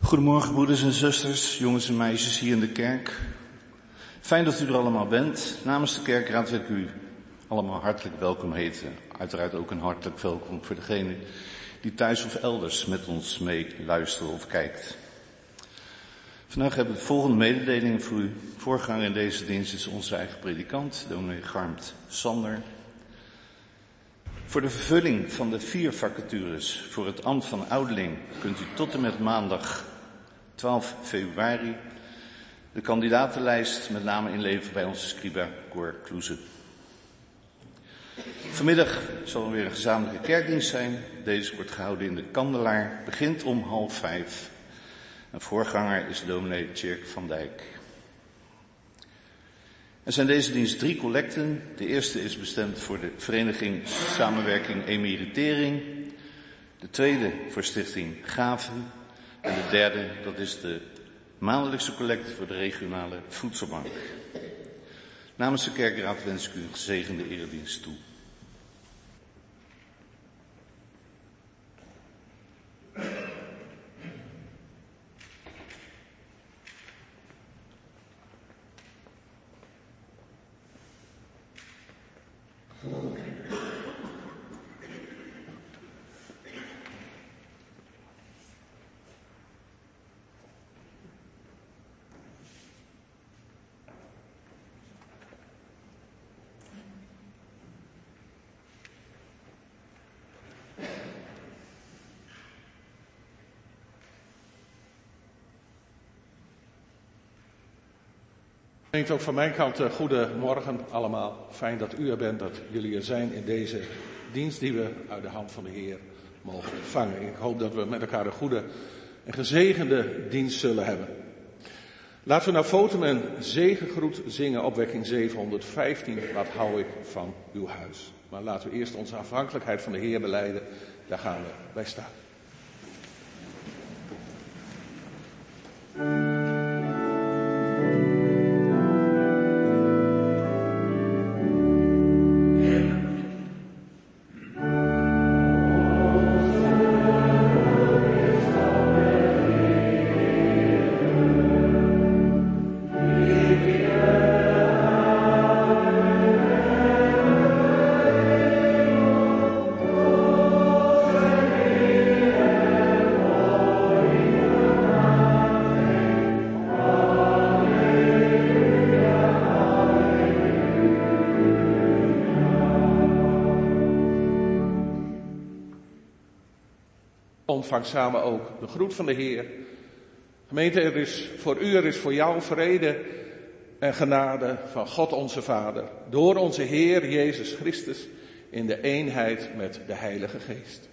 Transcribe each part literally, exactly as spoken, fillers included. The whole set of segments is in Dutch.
Goedemorgen broeders en zusters, jongens en meisjes hier in de kerk. Fijn dat u er allemaal bent. Namens de kerkraad wil ik u allemaal hartelijk welkom heten. Uiteraard ook een hartelijk welkom voor degene die thuis of elders met ons mee luistert of kijkt. Vandaag hebben we de volgende mededelingen voor u. Voorganger in deze dienst is onze eigen predikant, dominee Garmt Sander. Voor de vervulling van de vier vacatures voor het ambt van ouderling kunt u tot en met maandag twaalf februari de kandidatenlijst met name inleveren bij onze scriba Cor Kloeze. Vanmiddag zal er weer een gezamenlijke kerkdienst zijn. Deze wordt gehouden in de Kandelaar, begint om half vijf. En voorganger is dominee Tjerk van Dijk. Er zijn deze dienst drie collecten. De eerste is bestemd voor de vereniging Samenwerking Emeritering. De tweede voor stichting Gaven. En de derde, dat is de maandelijkse collecte voor de regionale voedselbank. Namens de kerkraad wens ik u een gezegende eredienst toe. Ook van mijn kant, uh, goedemorgen allemaal. Fijn dat u er bent, dat jullie er zijn in deze dienst die we uit de hand van de Heer mogen ontvangen. Ik hoop dat we met elkaar een goede en gezegende dienst zullen hebben. Laten we naar Fotum een zegengroet zingen, opwekking zevenhonderdvijftien. Wat hou ik van uw huis. Maar laten we eerst onze afhankelijkheid van de Heer belijden. Daar gaan we bij staan. Ontvang samen ook de groet van de Heer. Gemeente, er is voor u, er is voor jou vrede en genade van God onze Vader. Door onze Heer Jezus Christus in de eenheid met de Heilige Geest.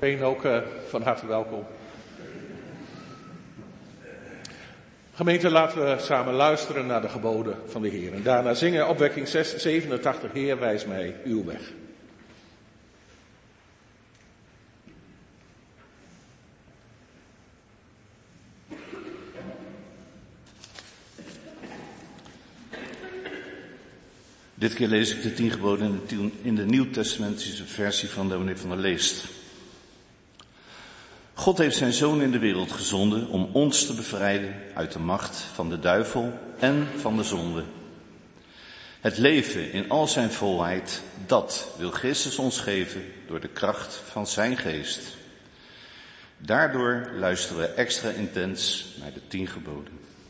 Peen ook uh, van harte welkom. Gemeente, laten we samen luisteren naar de geboden van de Heer. En daarna zingen opwekking zes, zevenentachtig, Heer, wijs mij uw weg. Dit keer lees ik de tien geboden in de Nieuwtestamentische versie van dominee van der Leest. God heeft zijn Zoon in de wereld gezonden om ons te bevrijden uit de macht van de duivel en van de zonde. Het leven in al zijn volheid, dat wil Christus ons geven door de kracht van zijn geest. Daardoor luisteren we extra intens naar de tien geboden.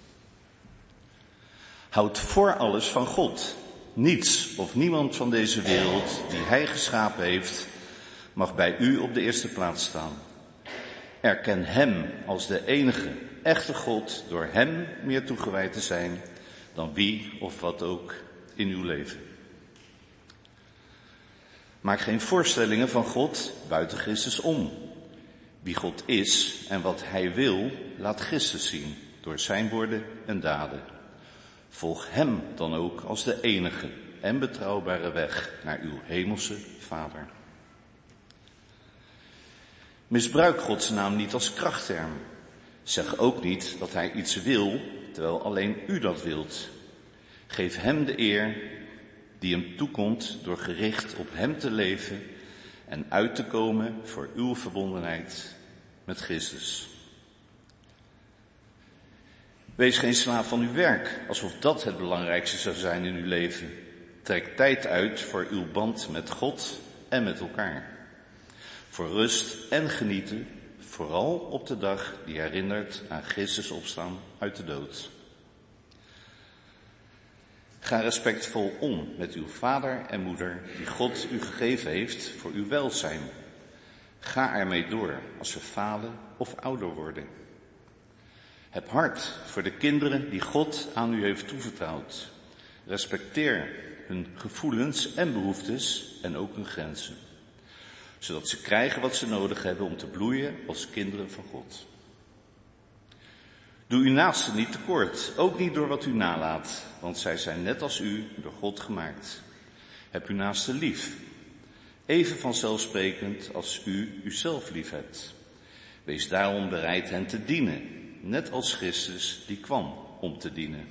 Houd voor alles van God. Niets of niemand van deze wereld die hij geschapen heeft, mag bij u op de eerste plaats staan. Erken hem als de enige, echte God, door hem meer toegewijd te zijn dan wie of wat ook in uw leven. Maak geen voorstellingen van God buiten Christus om. Wie God is en wat hij wil, laat Christus zien door zijn woorden en daden. Volg hem dan ook als de enige en betrouwbare weg naar uw hemelse Vader. Misbruik Gods naam niet als krachtterm. Zeg ook niet dat hij iets wil, terwijl alleen u dat wilt. Geef hem de eer die hem toekomt door gericht op hem te leven en uit te komen voor uw verbondenheid met Christus. Wees geen slaaf van uw werk, alsof dat het belangrijkste zou zijn in uw leven. Trek tijd uit voor uw band met God en met elkaar. Voor rust en genieten, vooral op de dag die herinnert aan Christus opstaan uit de dood. Ga respectvol om met uw vader en moeder die God u gegeven heeft voor uw welzijn. Ga ermee door als ze falen of ouder worden. Heb hart voor de kinderen die God aan u heeft toevertrouwd. Respecteer hun gevoelens en behoeftes en ook hun grenzen. Zodat ze krijgen wat ze nodig hebben om te bloeien als kinderen van God. Doe uw naasten niet tekort, ook niet door wat u nalaat, want zij zijn net als u door God gemaakt. Heb uw naasten lief, even vanzelfsprekend als u uzelf lief hebt. Wees daarom bereid hen te dienen, net als Christus die kwam om te dienen.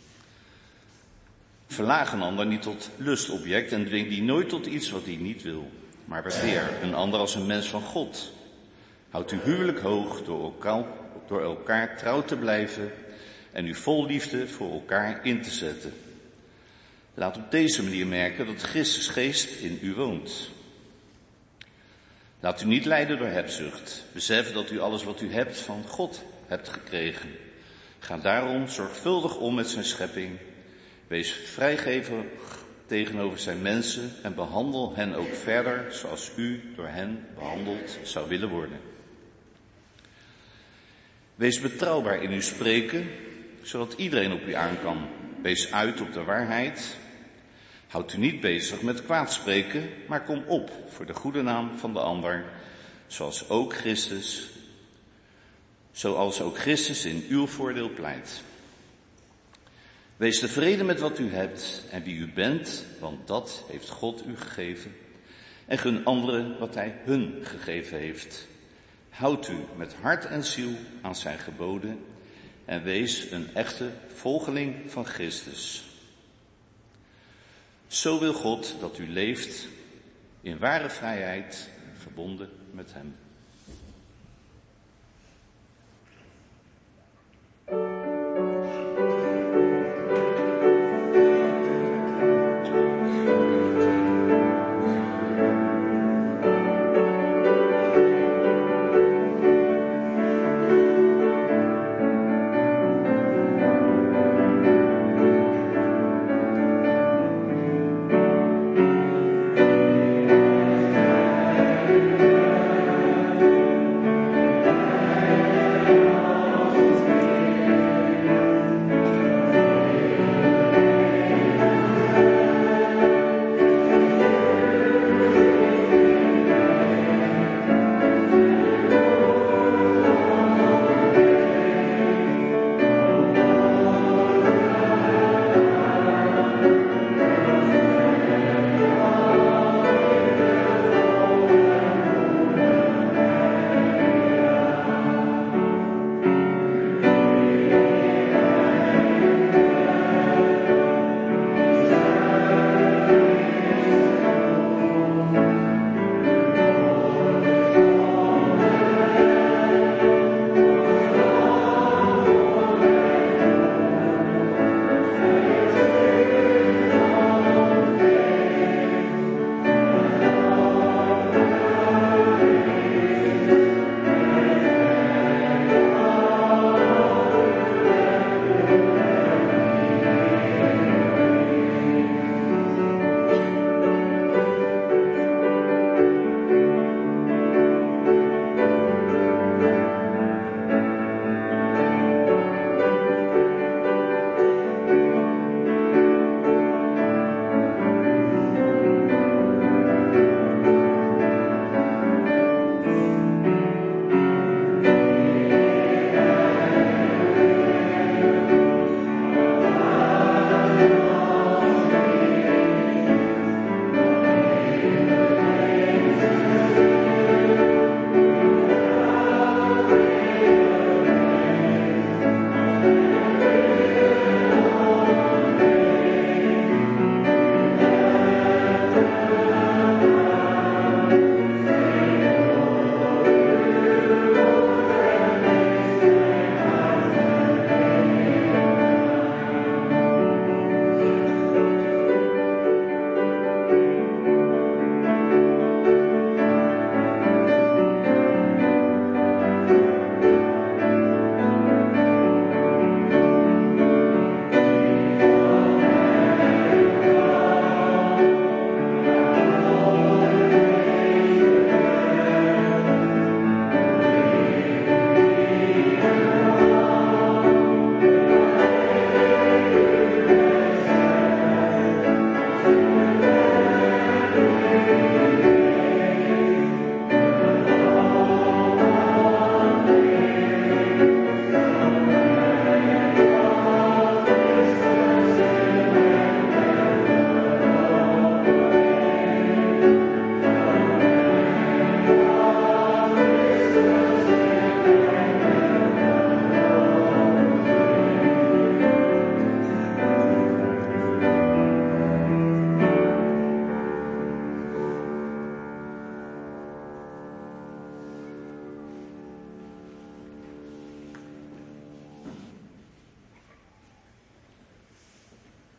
Verlaag een ander niet tot lustobject en dwing die nooit tot iets wat hij niet wil. Maar waardeer een ander als een mens van God. Houd uw huwelijk hoog door elkaar, door elkaar trouw te blijven en u vol liefde voor elkaar in te zetten. Laat op deze manier merken dat Christus geest in u woont. Laat u niet leiden door hebzucht. Besef dat u alles wat u hebt van God hebt gekregen. Ga daarom zorgvuldig om met zijn schepping. Wees vrijgevig tegenover zijn mensen en behandel hen ook verder zoals u door hen behandeld zou willen worden. Wees betrouwbaar in uw spreken, zodat iedereen op u aan kan. Wees uit op de waarheid. Houd u niet bezig met kwaadspreken, maar kom op voor de goede naam van de ander, zoals ook Christus, zoals ook Christus in uw voordeel pleit. Wees tevreden met wat u hebt en wie u bent, want dat heeft God u gegeven. En gun anderen wat hij hun gegeven heeft. Houd u met hart en ziel aan zijn geboden en wees een echte volgeling van Christus. Zo wil God dat u leeft in ware vrijheid, verbonden met hem.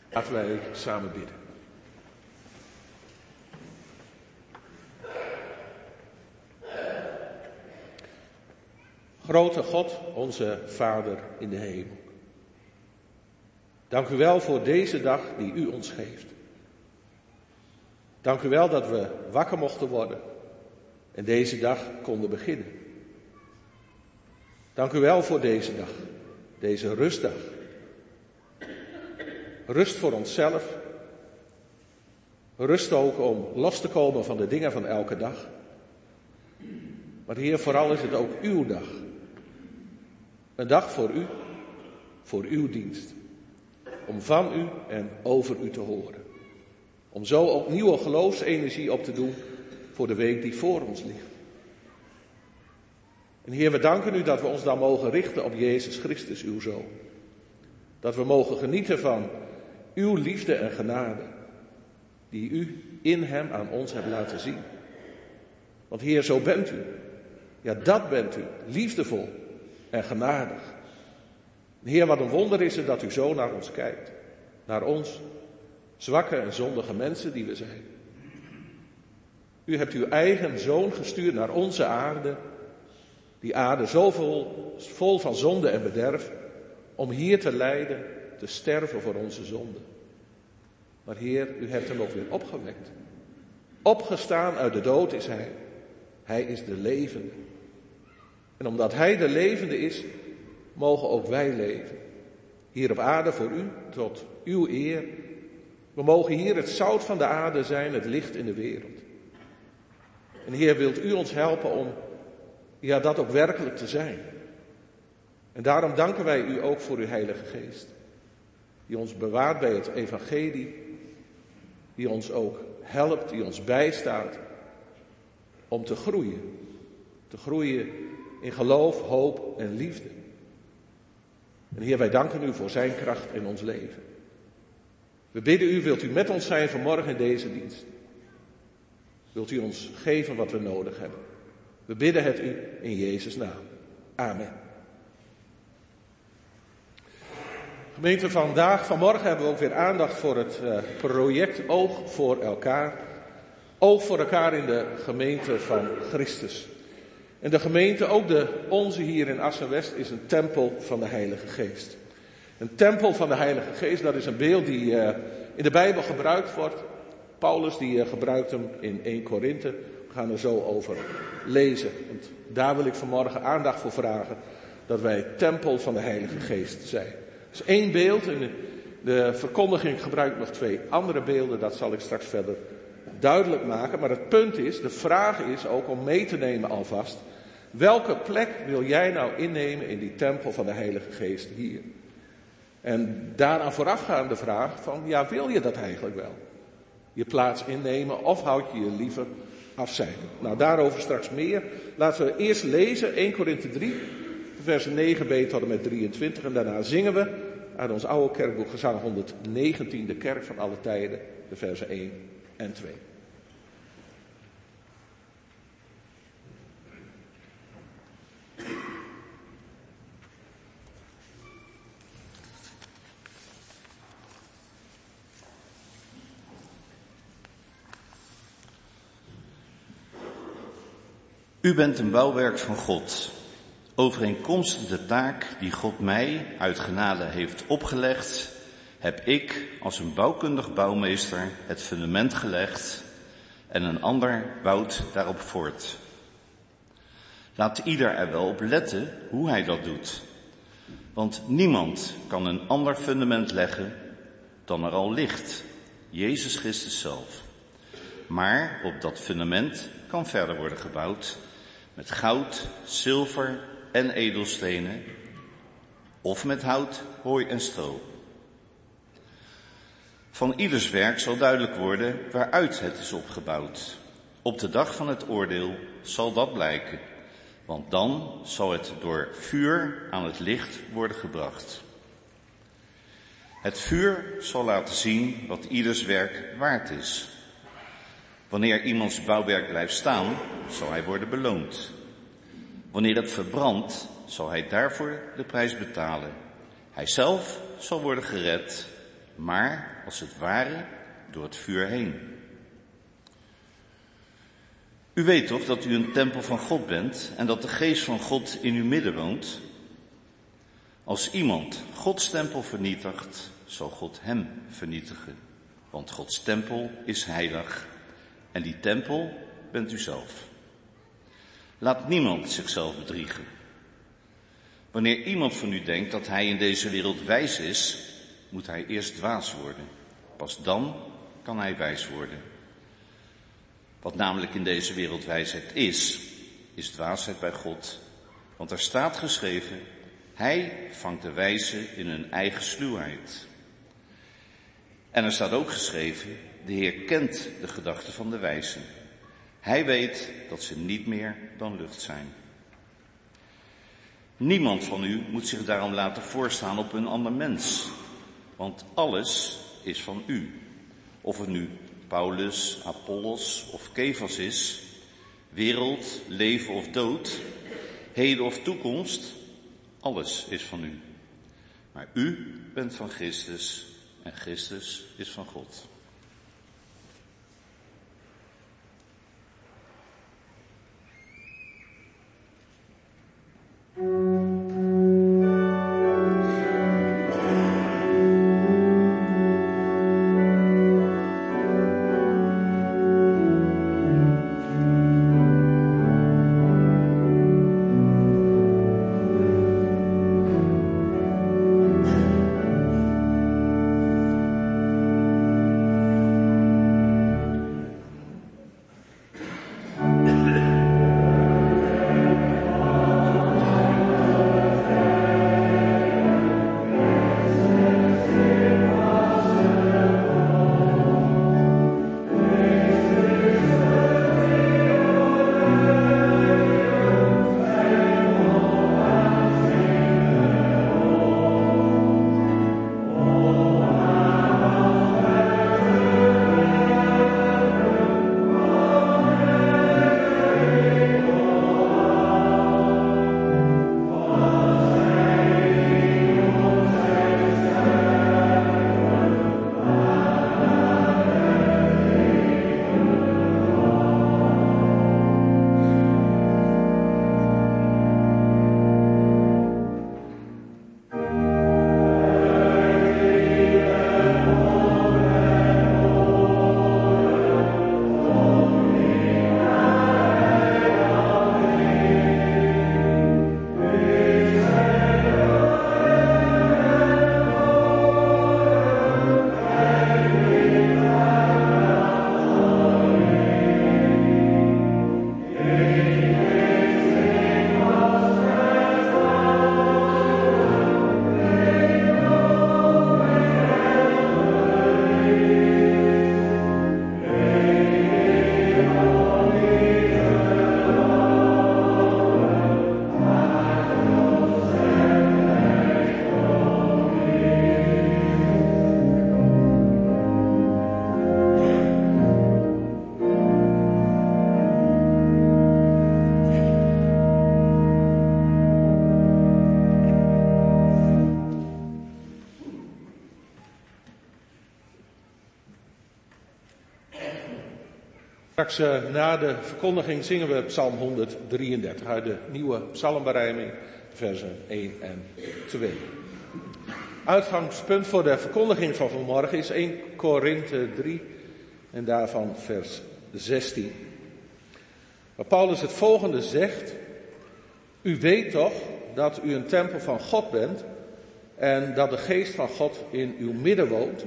Laten wij samen bidden. Grote God, onze Vader in de hemel. Dank u wel voor deze dag die u ons geeft. Dank u wel dat we wakker mochten worden en deze dag konden beginnen. Dank u wel voor deze dag, deze rustdag. Rust voor onszelf. Rust ook om los te komen van de dingen van elke dag. Maar Heer, vooral is het ook uw dag. Een dag voor u, voor uw dienst. Om van u en over u te horen. Om zo ook nieuwe geloofsenergie op te doen voor de week die voor ons ligt. En Heer, we danken u dat we ons dan mogen richten op Jezus Christus, uw Zoon. Dat we mogen genieten van uw liefde en genade, die u in hem aan ons hebt laten zien. Want Heer, zo bent u. Ja, dat bent u. Liefdevol en genadig. Heer, wat een wonder is het dat u zo naar ons kijkt. Naar ons, zwakke en zondige mensen die we zijn. U hebt uw eigen Zoon gestuurd naar onze aarde. Die aarde zo vol, vol van zonde en bederf. Om hier te lijden, te sterven voor onze zonden. Maar Heer, u hebt hem ook weer opgewekt. Opgestaan uit de dood is hij. Hij is de levende. En omdat hij de levende is, mogen ook wij leven. Hier op aarde voor u, tot uw eer. We mogen hier het zout van de aarde zijn, het licht in de wereld. En Heer, wilt u ons helpen om ja, dat ook werkelijk te zijn. En daarom danken wij u ook voor uw Heilige Geest. Die ons bewaart bij het evangelie. Die ons ook helpt, die ons bijstaat. Om te groeien. Te groeien in geloof, hoop en liefde. En Heer, wij danken u voor zijn kracht in ons leven. We bidden u, wilt u met ons zijn vanmorgen in deze dienst. Wilt u ons geven wat we nodig hebben. We bidden het u in Jezus' naam. Amen. Gemeente, vandaag, vanmorgen hebben we ook weer aandacht voor het uh, project Oog voor elkaar. Oog voor elkaar in de gemeente van Christus. En de gemeente, ook de onze hier in Assen-West, is een tempel van de Heilige Geest. Een tempel van de Heilige Geest, dat is een beeld die uh, in de Bijbel gebruikt wordt. Paulus die uh, gebruikt hem in Eerste Korinthe. We gaan er zo over lezen. Want daar wil ik vanmorgen aandacht voor vragen. Dat wij tempel van de Heilige Geest zijn. Dat is één beeld. En de verkondiging gebruikt nog twee andere beelden. Dat zal ik straks verder duidelijk maken. Maar het punt is, de vraag is ook om mee te nemen alvast. Welke plek wil jij nou innemen in die tempel van de Heilige Geest hier? En daaraan voorafgaande vraag van, ja, wil je dat eigenlijk wel? Je plaats innemen of houd je je liever afzijden? Nou, daarover straks meer. Laten we eerst lezen Eerste Korinthe drie, versen negen b tot en met drieëntwintig. En daarna zingen we uit ons oude kerkboek gezang honderdnegentien, de kerk van alle tijden, de versen één en twee. U bent een bouwwerk van God, overeenkomstig de taak die God mij uit genade heeft opgelegd, heb ik als een bouwkundig bouwmeester het fundament gelegd en een ander bouwt daarop voort. Laat ieder er wel op letten hoe hij dat doet, want niemand kan een ander fundament leggen dan er al ligt, Jezus Christus zelf. Maar op dat fundament kan verder worden gebouwd met goud, zilver en edelstenen, of met hout, hooi en stro. Van ieders werk zal duidelijk worden waaruit het is opgebouwd. Op de dag van het oordeel zal dat blijken, want dan zal het door vuur aan het licht worden gebracht. Het vuur zal laten zien wat ieders werk waard is. Wanneer iemands bouwwerk blijft staan, zal hij worden beloond. Wanneer het verbrandt, zal hij daarvoor de prijs betalen. Hij zelf zal worden gered, maar als het ware door het vuur heen. U weet toch dat u een tempel van God bent en dat de geest van God in uw midden woont? Als iemand Gods tempel vernietigt, zal God hem vernietigen. Want Gods tempel is heilig en die tempel bent u zelf. Laat niemand zichzelf bedriegen. Wanneer iemand van u denkt dat hij in deze wereld wijs is, moet hij eerst dwaas worden. Pas dan kan hij wijs worden. Wat namelijk in deze wereld wijsheid is, is dwaasheid bij God. Want er staat geschreven, hij vangt de wijzen in hun eigen sluwheid. En er staat ook geschreven, de Heer kent de gedachten van de wijzen. Hij weet dat ze niet meer dan lucht zijn. Niemand van u moet zich daarom laten voorstaan op een ander mens. Want alles is van u. Of het nu Paulus, Apollos of Kefas is, wereld, leven of dood, heden of toekomst, alles is van u. Maar u bent van Christus en Christus is van God. Straks uh, na de verkondiging zingen we Psalm honderddrieëndertig uit de nieuwe psalmberijming, versen één en twee. Uitgangspunt voor de verkondiging van vanmorgen is eerste Korinthe drie en daarvan vers zestien. Waar Paulus het volgende zegt: U weet toch dat u een tempel van God bent en dat de geest van God in uw midden woont.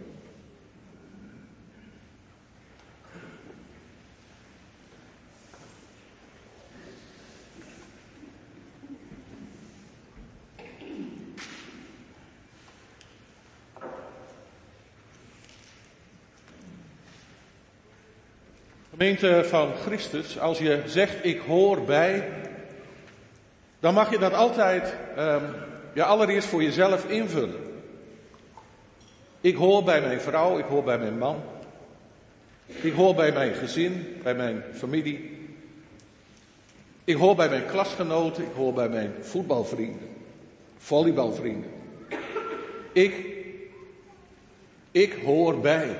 Gemeente van Christus, als je zegt ik hoor bij, dan mag je dat altijd um, ja, allereerst voor jezelf invullen. Ik hoor bij mijn vrouw, ik hoor bij mijn man. Ik hoor bij mijn gezin, bij mijn familie. Ik hoor bij mijn klasgenoten, ik hoor bij mijn voetbalvrienden, volleybalvrienden. Ik, Ik hoor bij.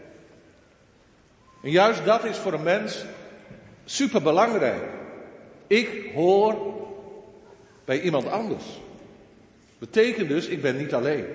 En juist dat is voor een mens superbelangrijk. Ik hoor bij iemand anders. Betekent dus, ik ben niet alleen.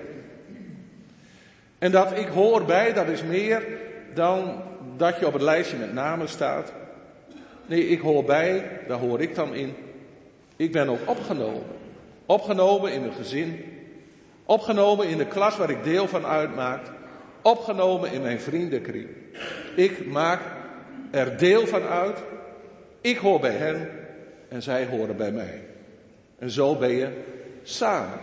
En dat ik hoor bij, dat is meer dan dat je op het lijstje met namen staat. Nee, ik hoor bij, daar hoor ik dan in. Ik ben ook opgenomen. Opgenomen in mijn gezin. Opgenomen in de klas waar ik deel van uitmaak. Opgenomen in mijn vriendenkring. Ik maak er deel van uit. Ik hoor bij hen en zij horen bij mij. En zo ben je samen.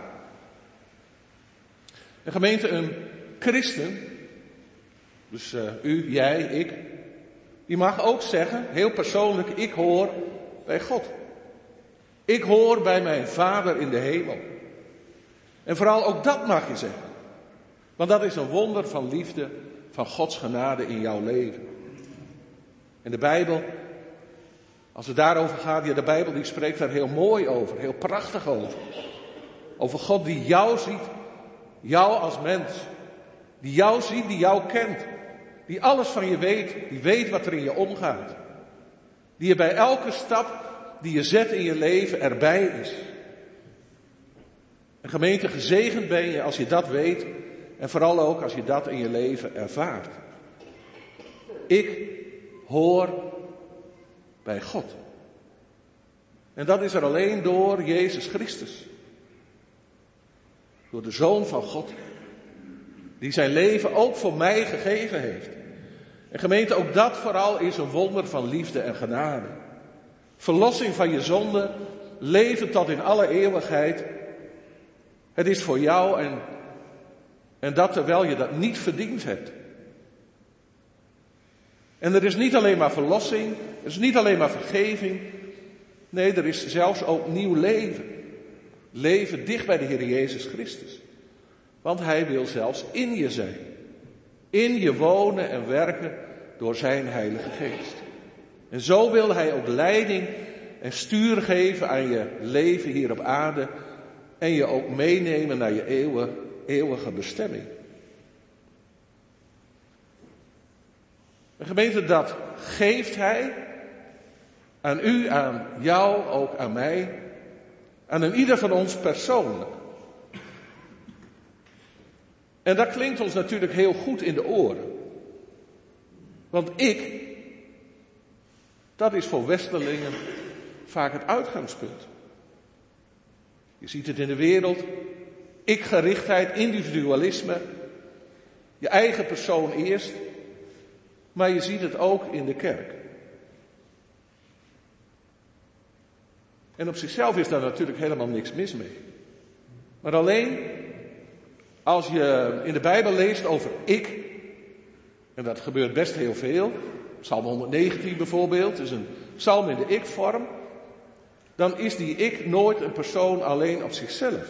Een gemeente, een christen, dus uh, u, jij, ik, die mag ook zeggen, heel persoonlijk, ik hoor bij God. Ik hoor bij mijn Vader in de hemel. En vooral ook dat mag je zeggen. Want dat is een wonder van liefde, van Gods genade in jouw leven. En de Bijbel, als het daarover gaat, ja, de Bijbel die spreekt daar heel mooi over, heel prachtig over. Over God die jou ziet, jou als mens. Die jou ziet, die jou kent. Die alles van je weet, die weet wat er in je omgaat. Die je bij elke stap die je zet in je leven erbij is. Een gemeente, gezegend ben je als je dat weet en vooral ook als je dat in je leven ervaart. Ik hoor bij God. En dat is er alleen door Jezus Christus. Door de Zoon van God. Die zijn leven ook voor mij gegeven heeft. En gemeente, ook dat vooral is een wonder van liefde en genade. Verlossing van je zonde, leven tot in alle eeuwigheid. Het is voor jou en, en dat terwijl je dat niet verdiend hebt. En er is niet alleen maar verlossing, er is niet alleen maar vergeving. Nee, er is zelfs ook nieuw leven. Leven dicht bij de Heer Jezus Christus. Want Hij wil zelfs in je zijn. In je wonen en werken door zijn Heilige Geest. En zo wil Hij ook leiding en stuur geven aan je leven hier op aarde. En je ook meenemen naar je eeuwige, eeuwige bestemming. Een gemeente, dat geeft Hij aan u, aan jou, ook aan mij. Aan een ieder van ons persoonlijk. En dat klinkt ons natuurlijk heel goed in de oren. Want ik, dat is voor westerlingen vaak het uitgangspunt. Je ziet het in de wereld. Ik-gerichtheid, individualisme. Je eigen persoon eerst. Maar je ziet het ook in de kerk. En op zichzelf is daar natuurlijk helemaal niks mis mee. Maar alleen als je in de Bijbel leest over ik, en dat gebeurt best heel veel, Psalm honderdnegentien bijvoorbeeld, is een psalm in de ik-vorm, dan is die ik nooit een persoon alleen op zichzelf.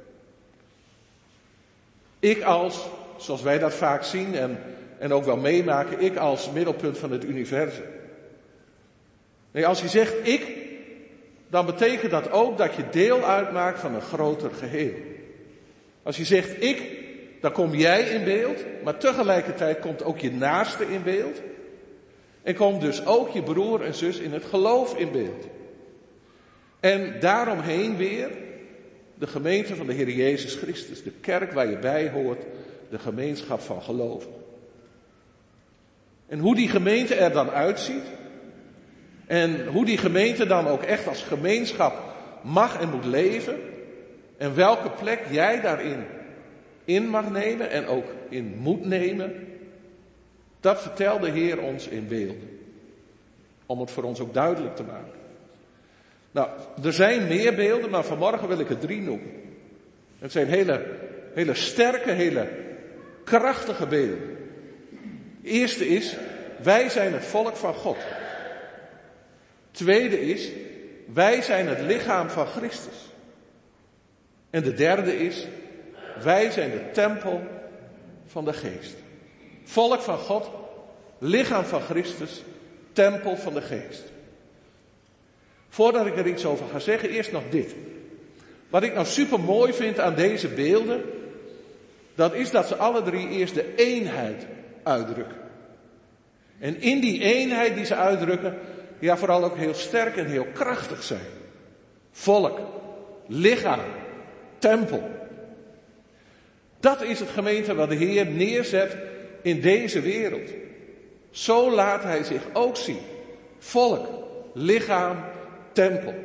Ik als, zoals wij dat vaak zien en, en ook wel meemaken, ik als middelpunt van het universum. Nee, als je zegt ik, dan betekent dat ook dat je deel uitmaakt van een groter geheel. Als je zegt ik, dan kom jij in beeld, maar tegelijkertijd komt ook je naaste in beeld. En komt dus ook je broer en zus in het geloof in beeld. En daaromheen weer de gemeente van de Heer Jezus Christus, de kerk waar je bij hoort, de gemeenschap van geloven. En hoe die gemeente er dan uitziet, en hoe die gemeente dan ook echt als gemeenschap mag en moet leven, en welke plek jij daarin in mag nemen en ook in moet nemen, dat vertelt de Heer ons in beelden. Om het voor ons ook duidelijk te maken. Nou, er zijn meer beelden, maar vanmorgen wil ik er drie noemen. Het zijn hele, hele sterke, hele krachtige beelden. De eerste is, wij zijn het volk van God. Tweede is, wij zijn het lichaam van Christus. En de derde is, wij zijn de tempel van de Geest. Volk van God, lichaam van Christus, tempel van de Geest. Voordat ik er iets over ga zeggen, eerst nog dit. Wat ik nou super mooi vind aan deze beelden, Dat is dat ze alle drie eerst de eenheid uitdrukken. En in die eenheid die ze uitdrukken, ja vooral ook heel sterk en heel krachtig zijn. Volk, lichaam, tempel. Dat is het gemeente wat de Heer neerzet in deze wereld. Zo laat hij zich ook zien. Volk, lichaam, tempel.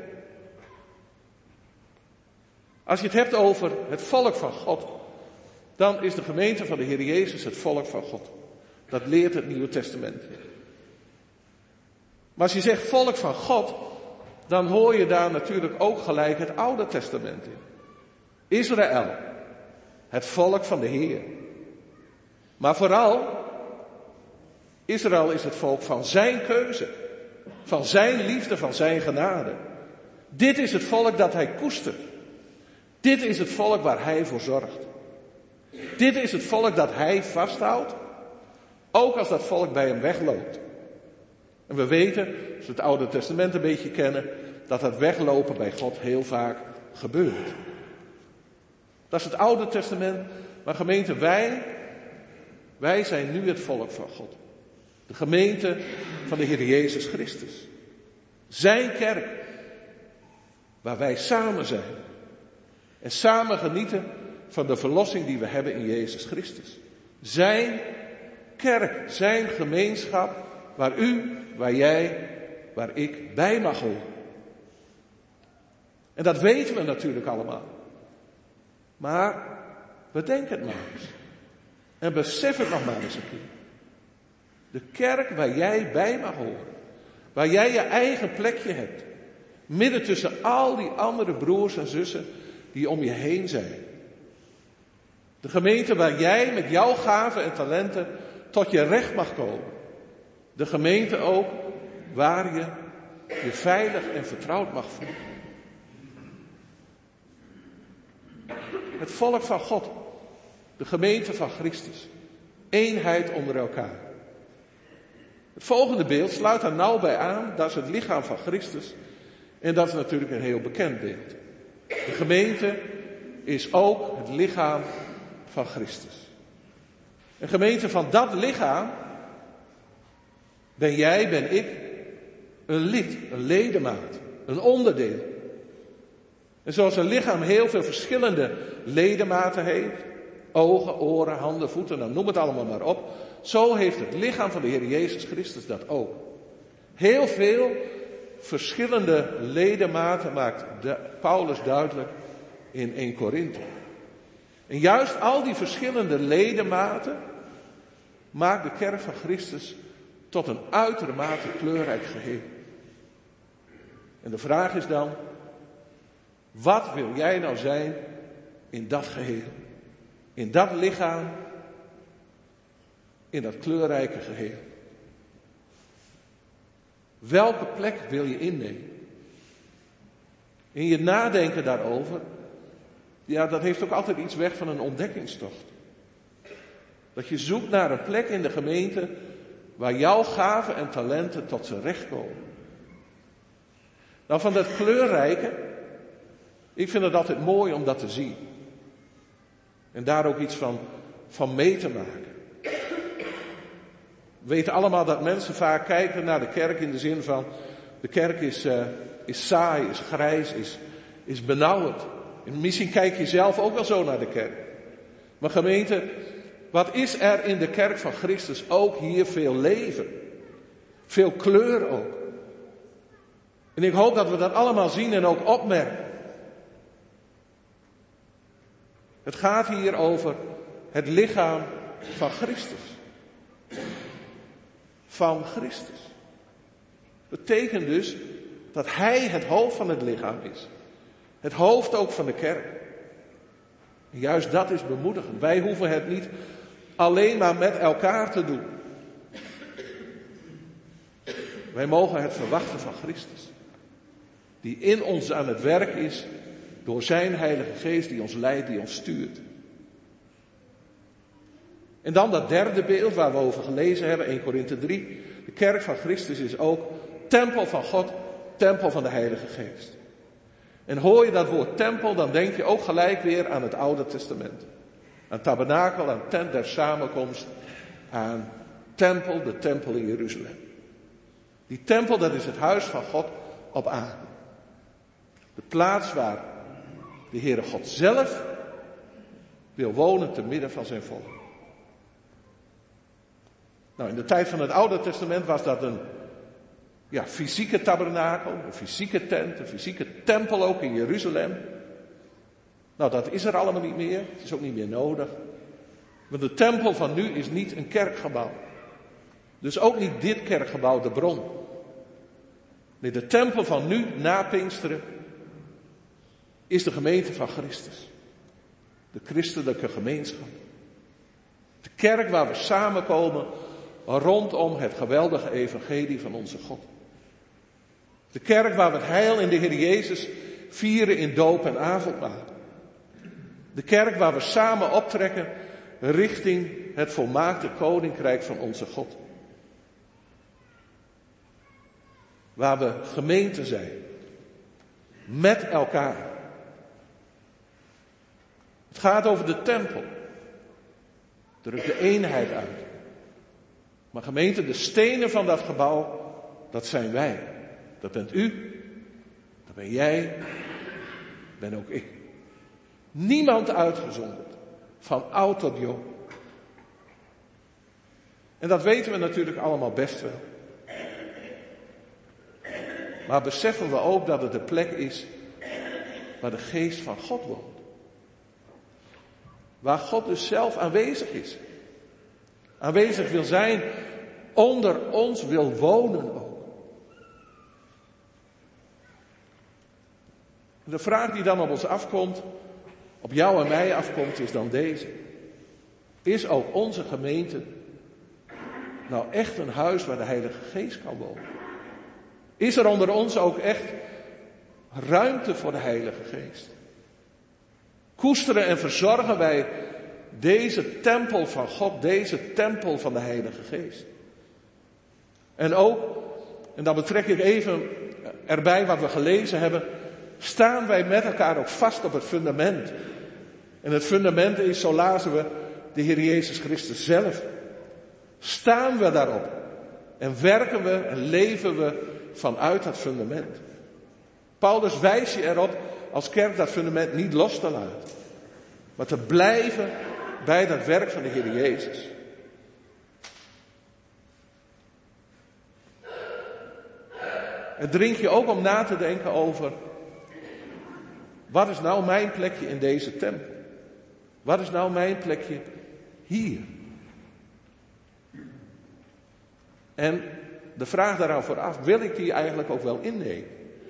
Als je het hebt over het volk van God, dan is de gemeente van de Heer Jezus het volk van God. Dat leert het Nieuwe Testament. Maar als je zegt volk van God, dan hoor je daar natuurlijk ook gelijk het Oude Testament in. Israël, het volk van de Heer. Maar vooral, Israël is het volk van zijn keuze, van zijn liefde, van zijn genade. Dit is het volk dat hij koestert. Dit is het volk waar hij voor zorgt. Dit is het volk dat hij vasthoudt, ook als dat volk bij hem wegloopt. En we weten, als we het Oude Testament een beetje kennen, dat dat weglopen bij God heel vaak gebeurt. Dat is het Oude Testament, maar gemeente, wij, wij zijn nu het volk van God. De gemeente van de Heer Jezus Christus. Zijn kerk, waar wij samen zijn. En samen genieten van de verlossing die we hebben in Jezus Christus. Zijn kerk, zijn gemeenschap, waar u, waar jij, waar ik bij mag horen. En dat weten we natuurlijk allemaal. Maar bedenk het maar eens. En besef het nog maar eens een keer. De kerk waar jij bij mag horen. Waar jij je eigen plekje hebt. Midden tussen al die andere broers en zussen die om je heen zijn. De gemeente waar jij met jouw gaven en talenten tot je recht mag komen. De gemeente ook waar je je veilig en vertrouwd mag voelen. Het volk van God. De gemeente van Christus. Eenheid onder elkaar. Het volgende beeld sluit daar nauw bij aan. Dat is het lichaam van Christus. En dat is natuurlijk een heel bekend beeld. De gemeente is ook het lichaam van Christus. Een gemeente van dat lichaam ben jij, ben ik, een lid, een ledemaat, een onderdeel. En zoals een lichaam heel veel verschillende ledematen heeft, ogen, oren, handen, voeten, nou noem het allemaal maar op, zo heeft het lichaam van de Heer Jezus Christus dat ook. Heel veel verschillende ledematen maakt de, Paulus duidelijk in Eerste Korinthe. En juist al die verschillende ledematen maakt de kerk van Christus tot een uitermate kleurrijk geheel. En de vraag is dan, wat wil jij nou zijn in dat geheel? In dat lichaam, in dat kleurrijke geheel? Welke plek wil je innemen? In je nadenken daarover, ja, dat heeft ook altijd iets weg van een ontdekkingstocht. Dat je zoekt naar een plek in de gemeente waar jouw gaven en talenten tot zijn recht komen. Nou, van dat kleurrijke, ik vind het altijd mooi om dat te zien. En daar ook iets van, van mee te maken. We weten allemaal dat mensen vaak kijken naar de kerk in de zin van, de kerk is, uh, is saai, is grijs, is, is benauwend. En misschien kijk je zelf ook wel zo naar de kerk. Maar gemeente, wat is er in de kerk van Christus ook hier veel leven? Veel kleur ook. En ik hoop dat we dat allemaal zien en ook opmerken. Het gaat hier over het lichaam van Christus. Van Christus. Dat betekent dus dat Hij het hoofd van het lichaam is. Het hoofd ook van de kerk. En juist dat is bemoedigend. Wij hoeven het niet alleen maar met elkaar te doen. Wij mogen het verwachten van Christus. Die in ons aan het werk is door zijn Heilige Geest die ons leidt, die ons stuurt. En dan dat derde beeld waar we over gelezen hebben, Eerste Korinthe drie. De kerk van Christus is ook tempel van God, tempel van de Heilige Geest. En hoor je dat woord tempel, dan denk je ook gelijk weer aan het Oude Testament. Aan tabernakel, aan tent der samenkomst, aan tempel, de tempel in Jeruzalem. Die tempel, dat is het huis van God op aarde. De plaats waar de Heere God zelf wil wonen te midden van zijn volk. Nou, in de tijd van het Oude Testament was dat een ja, fysieke tabernakel, een fysieke tent, een fysieke tempel ook in Jeruzalem. Nou, dat is er allemaal niet meer. Het is ook niet meer nodig. Want de tempel van nu is niet een kerkgebouw. Dus ook niet dit kerkgebouw, de bron. Nee, de tempel van nu, na Pinksteren, is de gemeente van Christus. De christelijke gemeenschap. De kerk waar we samenkomen rondom het geweldige evangelie van onze God. De kerk waar we het heil in de Heer Jezus vieren in doop en avondmaal. De kerk waar we samen optrekken richting het volmaakte koninkrijk van onze God. Waar we gemeente zijn. Met elkaar. Het gaat over de tempel. Druk de eenheid uit. Maar gemeente, de stenen van dat gebouw, dat zijn wij. Dat bent u. Dat ben jij. Dat ben ook ik. Niemand uitgezonderd. Van oud tot jong. En dat weten we natuurlijk allemaal best wel. Maar beseffen we ook dat het de plek is waar de geest van God woont. Waar God dus zelf aanwezig is. Aanwezig wil zijn, onder ons wil wonen ook. De vraag die dan op ons afkomt, op jou en mij afkomt, is dan deze. Is ook onze gemeente nou echt een huis waar de Heilige Geest kan wonen? Is er onder ons ook echt ruimte voor de Heilige Geest? Koesteren en verzorgen wij deze tempel van God, deze tempel van de Heilige Geest? En ook, en dan betrek ik even erbij wat we gelezen hebben, staan wij met elkaar ook vast op het fundament. En het fundament is, zo lazen we, de Heer Jezus Christus zelf. Staan we daarop en werken we en leven we vanuit dat fundament. Paulus wijst je erop als kerk dat fundament niet los te laten, maar te blijven bij dat werk van de Heer Jezus. Het dringt je ook om na te denken over, wat is nou mijn plekje in deze tempel? Wat is nou mijn plekje hier? En de vraag daaraan vooraf, wil ik die eigenlijk ook wel innemen?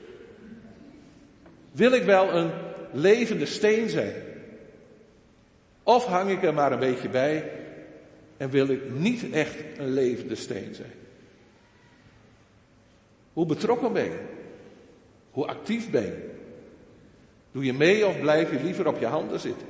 Wil ik wel een levende steen zijn? Of hang ik er maar een beetje bij en wil ik niet echt een levende steen zijn? Hoe betrokken ben je? Hoe actief ben je? Doe je mee of blijf je liever op je handen zitten?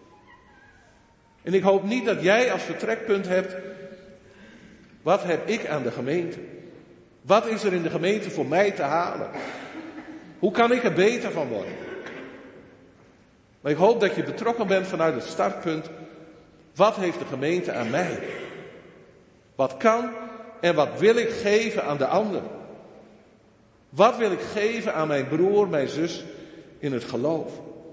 En ik hoop niet dat jij als vertrekpunt hebt, wat heb ik aan de gemeente? Wat is er in de gemeente voor mij te halen? Hoe kan ik er beter van worden? Maar ik hoop dat je betrokken bent vanuit het startpunt. Wat heeft de gemeente aan mij? Wat kan en wat wil ik geven aan de ander? Wat wil ik geven aan mijn broer, mijn zus in het geloof?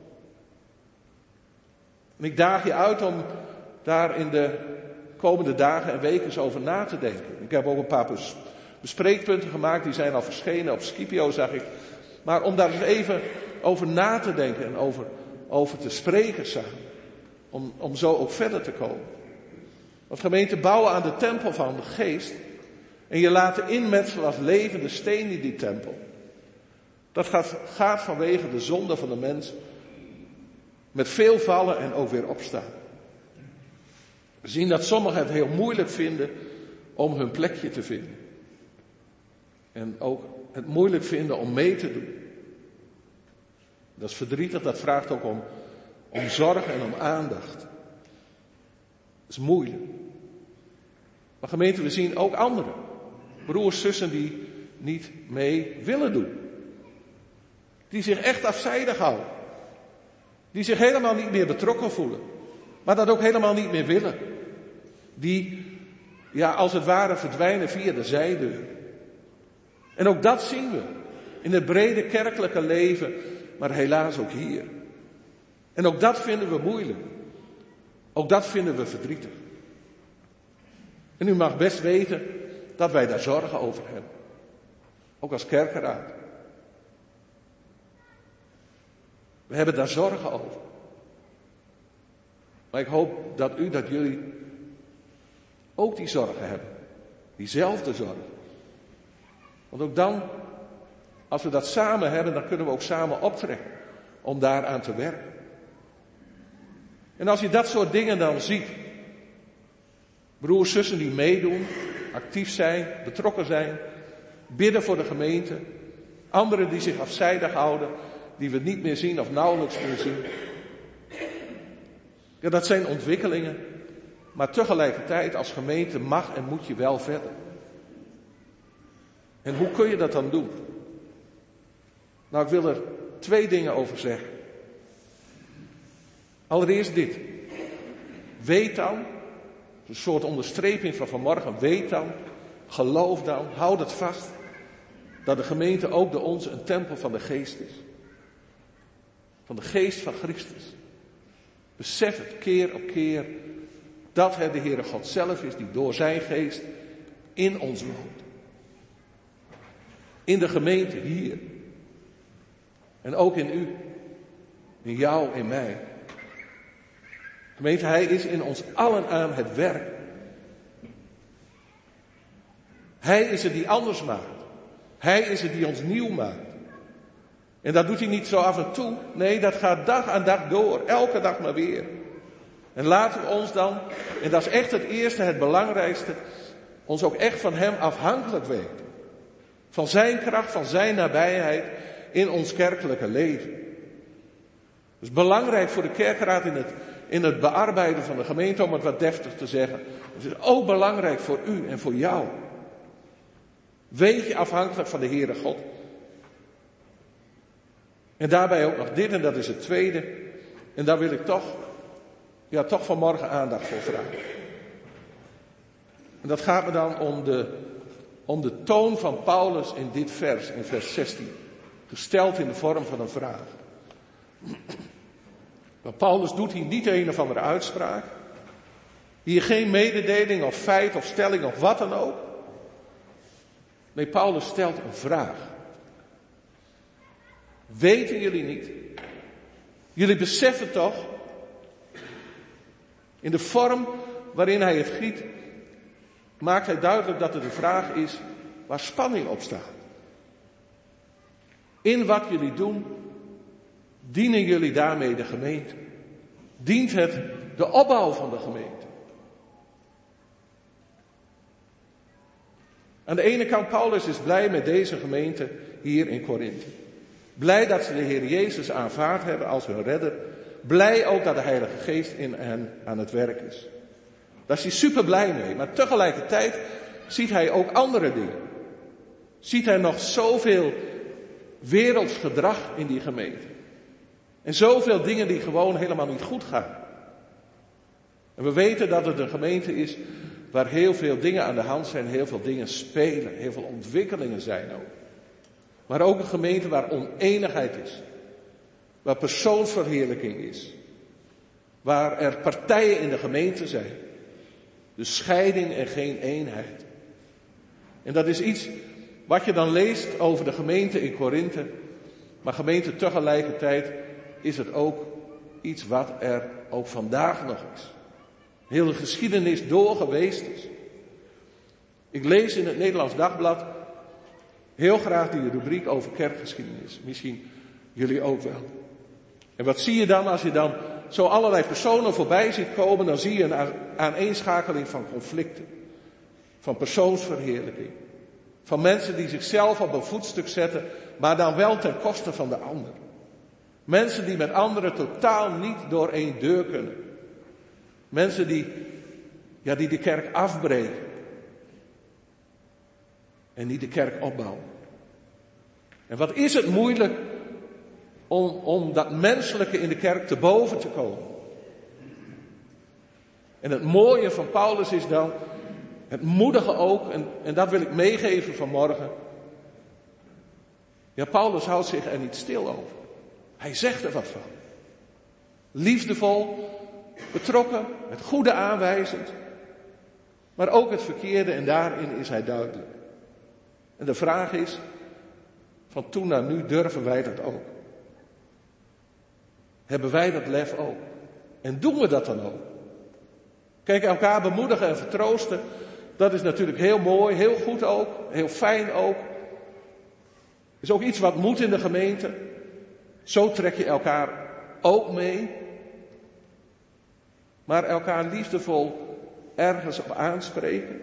En ik daag je uit om daar in de komende dagen en weken eens over na te denken. Ik heb ook een paar bespreekpunten gemaakt, die zijn al verschenen op Scipio, zag ik. Maar om daar eens even over na te denken en over, over te spreken samen. Om, om zo ook verder te komen. Want gemeente, bouwen aan de tempel van de geest en je laten inmetselen als levende steen in die tempel. Dat gaat, gaat vanwege de zonde van de mens met veel vallen en ook weer opstaan. We zien dat sommigen het heel moeilijk vinden om hun plekje te vinden. En ook het moeilijk vinden om mee te doen. Dat is verdrietig, dat vraagt ook om, om zorg en om aandacht. Dat is moeilijk. Maar gemeente, we zien ook anderen. Broers, zussen die niet mee willen doen. Die zich echt afzijdig houden. Die zich helemaal niet meer betrokken voelen. maar dat ook helemaal niet meer willen. Die, ja, als het ware verdwijnen via de zijdeur. En ook dat zien we in het brede kerkelijke leven, maar helaas ook hier. En ook dat vinden we moeilijk. Ook dat vinden we verdrietig. En u mag best weten dat wij daar zorgen over hebben. Ook als kerkenraad. We hebben daar zorgen over. Maar ik hoop dat u, dat jullie ook die zorgen hebben. Diezelfde zorgen. Want ook dan, als we dat samen hebben, dan kunnen we ook samen optrekken om daaraan te werken. En als je dat soort dingen dan ziet, broers, zussen die meedoen, actief zijn, betrokken zijn, bidden voor de gemeente, anderen die zich afzijdig houden, die we niet meer zien of nauwelijks meer zien. Ja, dat zijn ontwikkelingen, maar tegelijkertijd als gemeente mag en moet je wel verder. En hoe kun je dat dan doen? Nou, ik wil er twee dingen over zeggen. Allereerst dit. Weet dan, een soort onderstreping van vanmorgen, weet dan, geloof dan, houd het vast, dat de gemeente ook de onze een tempel van de geest is. Van de geest van Christus. Besef het keer op keer dat het de Heere God zelf is die door zijn geest in ons woont. In de gemeente hier. En ook in u. In jou, in mij. Gemeente, hij is in ons allen aan het werk. Hij is het die anders maakt. Hij is het die ons nieuw maakt. En dat doet hij niet zo af en toe. Nee, dat gaat dag aan dag door. Elke dag maar weer. En laten we ons dan, en dat is echt het eerste, het belangrijkste, ons ook echt van hem afhankelijk weten. Van zijn kracht, van zijn nabijheid in ons kerkelijke leven. Dus belangrijk voor de kerkraad in het, in het bearbeiden van de gemeente, om het wat deftig te zeggen. Het is ook belangrijk voor u en voor jou. Weet je afhankelijk van de Heere God. En daarbij ook nog dit, en dat is het tweede. En daar wil ik toch, ja, toch vanmorgen aandacht voor vragen. En dat gaat me dan om de, om de toon van Paulus in dit vers, in vers zestien. Gesteld in de vorm van een vraag. Maar Paulus doet hier niet een of andere uitspraak. Hier geen mededeling of feit of stelling of wat dan ook. Nee, Paulus stelt een vraag. Weten jullie niet? Jullie beseffen toch, in de vorm waarin hij het giet, maakt hij duidelijk dat het een vraag is waar spanning op staat. In wat jullie doen, dienen jullie daarmee de gemeente. Dient het de opbouw van de gemeente. Aan de ene kant, Paulus is blij met deze gemeente hier in Korinthe. Blij dat ze de Heer Jezus aanvaard hebben als hun redder. Blij ook dat de Heilige Geest in hen aan het werk is. Daar is hij super blij mee. Maar tegelijkertijd ziet hij ook andere dingen. Ziet hij nog zoveel werelds gedrag in die gemeente. En zoveel dingen die gewoon helemaal niet goed gaan. En we weten dat het een gemeente is waar heel veel dingen aan de hand zijn, heel veel dingen spelen, heel veel ontwikkelingen zijn ook. Maar ook een gemeente waar oneenigheid is. Waar persoonsverheerlijking is. Waar er partijen in de gemeente zijn. Dus scheiding en geen eenheid. En dat is iets wat je dan leest over de gemeente in Korinthe. Maar gemeente tegelijkertijd is het ook iets wat er ook vandaag nog is. Heel de geschiedenis door geweest is. Ik lees in het Nederlands Dagblad heel graag die rubriek over kerkgeschiedenis. Misschien jullie ook wel. En wat zie je dan als je dan zo allerlei personen voorbij ziet komen? Dan zie je een aaneenschakeling van conflicten. Van persoonsverheerlijking. Van mensen die zichzelf op een voetstuk zetten, maar dan wel ten koste van de ander. Mensen die met anderen totaal niet door één deur kunnen. Mensen die, ja, die de kerk afbreken. En niet de kerk opbouwen. En wat is het moeilijk om, om dat menselijke in de kerk te boven te komen. En het mooie van Paulus is dan, het moedige ook, en, en dat wil ik meegeven vanmorgen. Ja, Paulus houdt zich er niet stil over. Hij zegt er wat van. Liefdevol, betrokken, het goede aanwijzend. Maar ook het verkeerde en daarin is hij duidelijk. En de vraag is, van toen naar nu durven wij dat ook? Hebben wij dat lef ook? En doen we dat dan ook? Kijk, elkaar bemoedigen en vertroosten, dat is natuurlijk heel mooi, heel goed ook, heel fijn ook. Is ook iets wat moet in de gemeente. Zo trek je elkaar ook mee. Maar elkaar liefdevol ergens op aanspreken.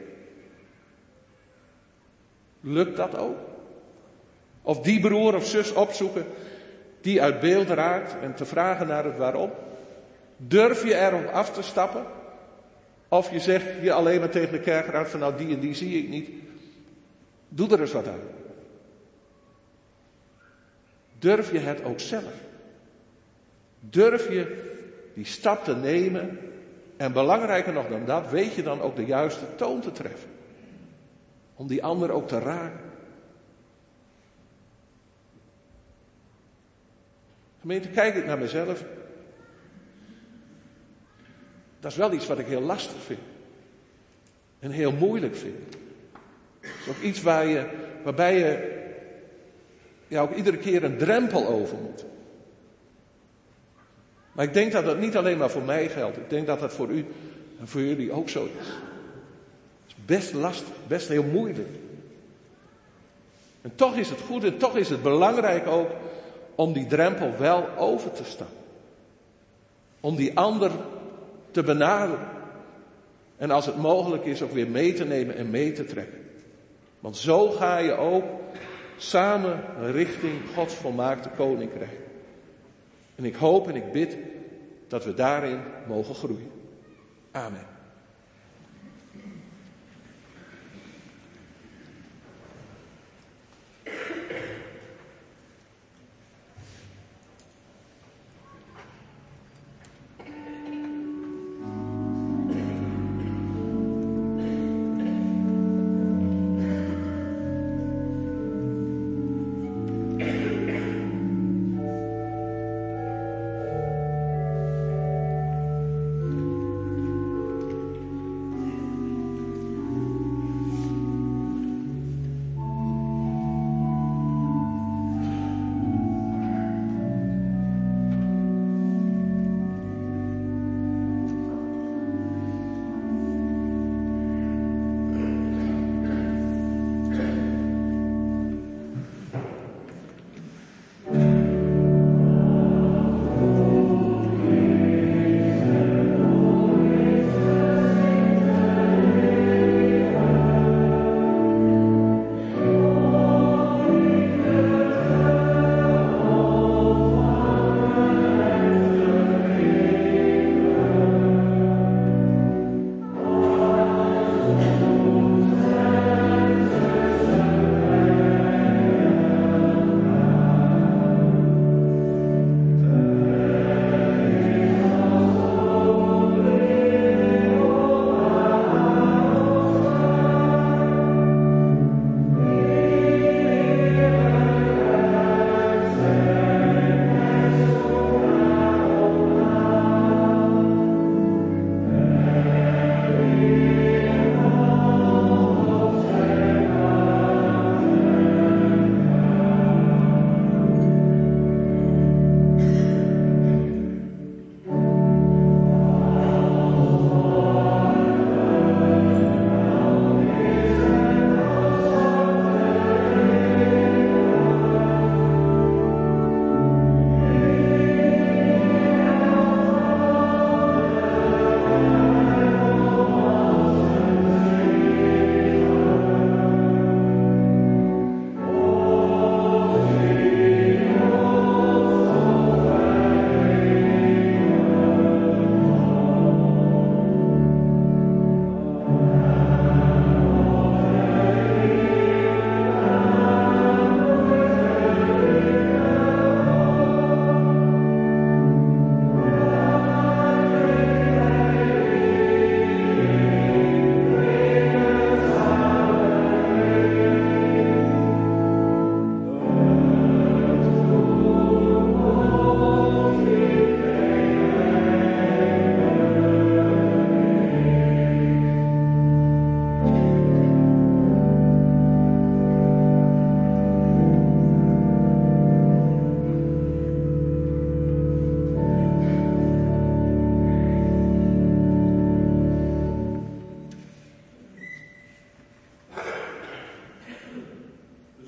Lukt dat ook? Of die broer of zus opzoeken die uit beeld raakt en te vragen naar het waarom? Durf je erop af te stappen? Of je zegt je alleen maar tegen de kerkraad van nou die en die zie ik niet. Doe er eens wat aan. Durf je het ook zelf? Durf je die stap te nemen? En belangrijker nog dan dat, weet je dan ook de juiste toon te treffen? Om die ander ook te raken. Gemeente, kijk ik naar mezelf. Dat is wel iets wat ik heel lastig vind. En heel moeilijk vind. Het is ook iets waar je, waarbij je ja, ook iedere keer een drempel over moet. Maar ik denk dat dat niet alleen maar voor mij geldt. Ik denk dat dat voor u en voor jullie ook zo is. Het is best lastig, best heel moeilijk. En toch is het goed en toch is het belangrijk ook om die drempel wel over te stappen. Om die ander te benaderen. En als het mogelijk is ook weer mee te nemen en mee te trekken. Want zo ga je ook samen richting Gods volmaakte koninkrijk. En ik hoop en ik bid dat we daarin mogen groeien. Amen.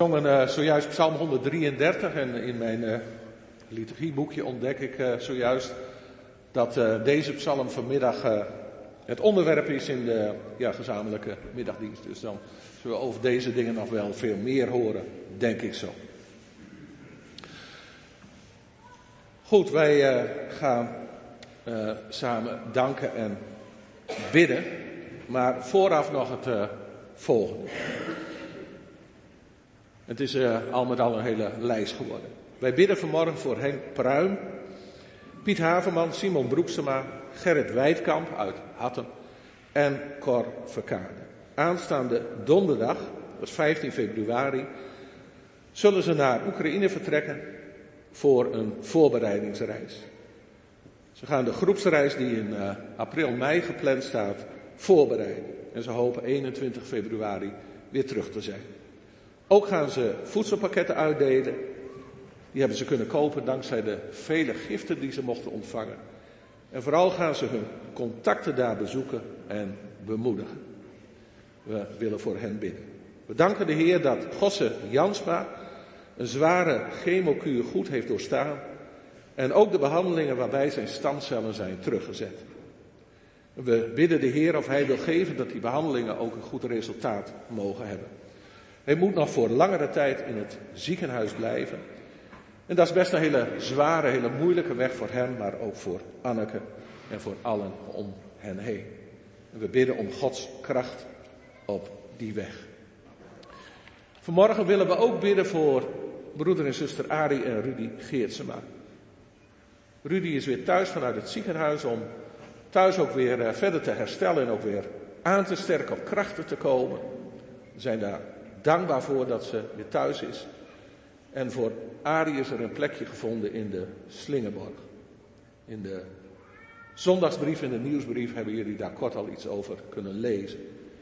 zongen uh, zojuist Psalm honderddrieëndertig en in mijn uh, liturgieboekje ontdek ik uh, zojuist dat uh, deze psalm vanmiddag uh, het onderwerp is in de ja, gezamenlijke middagdienst. Dus dan zullen we over deze dingen nog wel veel meer horen, denk ik zo. Goed, wij uh, gaan uh, samen danken en bidden, maar vooraf nog het uh, volgende. Het is uh, al met al een hele lijst geworden. Wij bidden vanmorgen voor Henk Pruim, Piet Haverman, Simon Broeksema, Gerrit Wijdkamp uit Hattem en Cor Verkade. Aanstaande donderdag, dat is vijftien februari, zullen ze naar Oekraïne vertrekken voor een voorbereidingsreis. Ze gaan de groepsreis die in uh, april, mei gepland staat, voorbereiden. En ze hopen eenentwintig februari weer terug te zijn. Ook gaan ze voedselpakketten uitdelen. Die hebben ze kunnen kopen dankzij de vele giften die ze mochten ontvangen. En vooral gaan ze hun contacten daar bezoeken en bemoedigen. We willen voor hen bidden. We danken de Heer dat Gosse Jansma een zware chemokuur goed heeft doorstaan. En ook de behandelingen waarbij zijn stamcellen zijn teruggezet. We bidden de Heer of Hij wil geven dat die behandelingen ook een goed resultaat mogen hebben. Hij moet nog voor langere tijd in het ziekenhuis blijven. En dat is best een hele zware, hele moeilijke weg voor hem, maar ook voor Anneke en voor allen om hen heen. En we bidden om Gods kracht op die weg. Vanmorgen willen we ook bidden voor broeder en zuster Arie en Rudy Geertsema. Rudy is weer thuis vanuit het ziekenhuis om thuis ook weer verder te herstellen en ook weer aan te sterken, op krachten te komen. We zijn daar dankbaar voor dat ze weer thuis is. En voor Arie is er een plekje gevonden in de Slingerborg. In de zondagsbrief en de nieuwsbrief hebben jullie daar kort al iets over kunnen lezen.